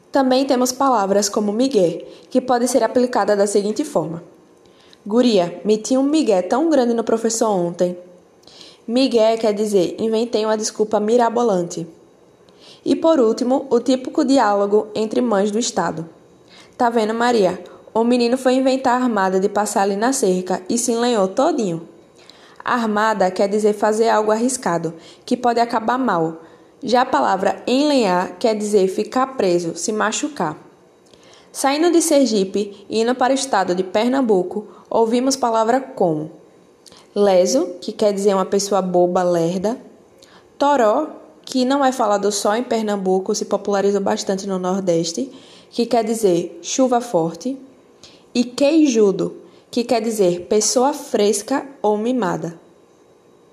Também temos palavras como migué, que pode ser aplicada da seguinte forma: Guria, meti um migué tão grande no professor ontem. Migué quer dizer inventei uma desculpa mirabolante. E por último, o típico diálogo entre mães do estado. Tá vendo, Maria? O menino foi inventar a armada de passar ali na cerca e se enlenhou todinho. Armada quer dizer fazer algo arriscado, que pode acabar mal. Já a palavra enlenhar quer dizer ficar preso, se machucar. Saindo de Sergipe e indo para o estado de Pernambuco, ouvimos palavras como leso, que quer dizer uma pessoa boba, lerda. Toró, que não é falado só em Pernambuco, se popularizou bastante no Nordeste, que quer dizer chuva forte. E queijudo, que quer dizer pessoa fresca ou mimada.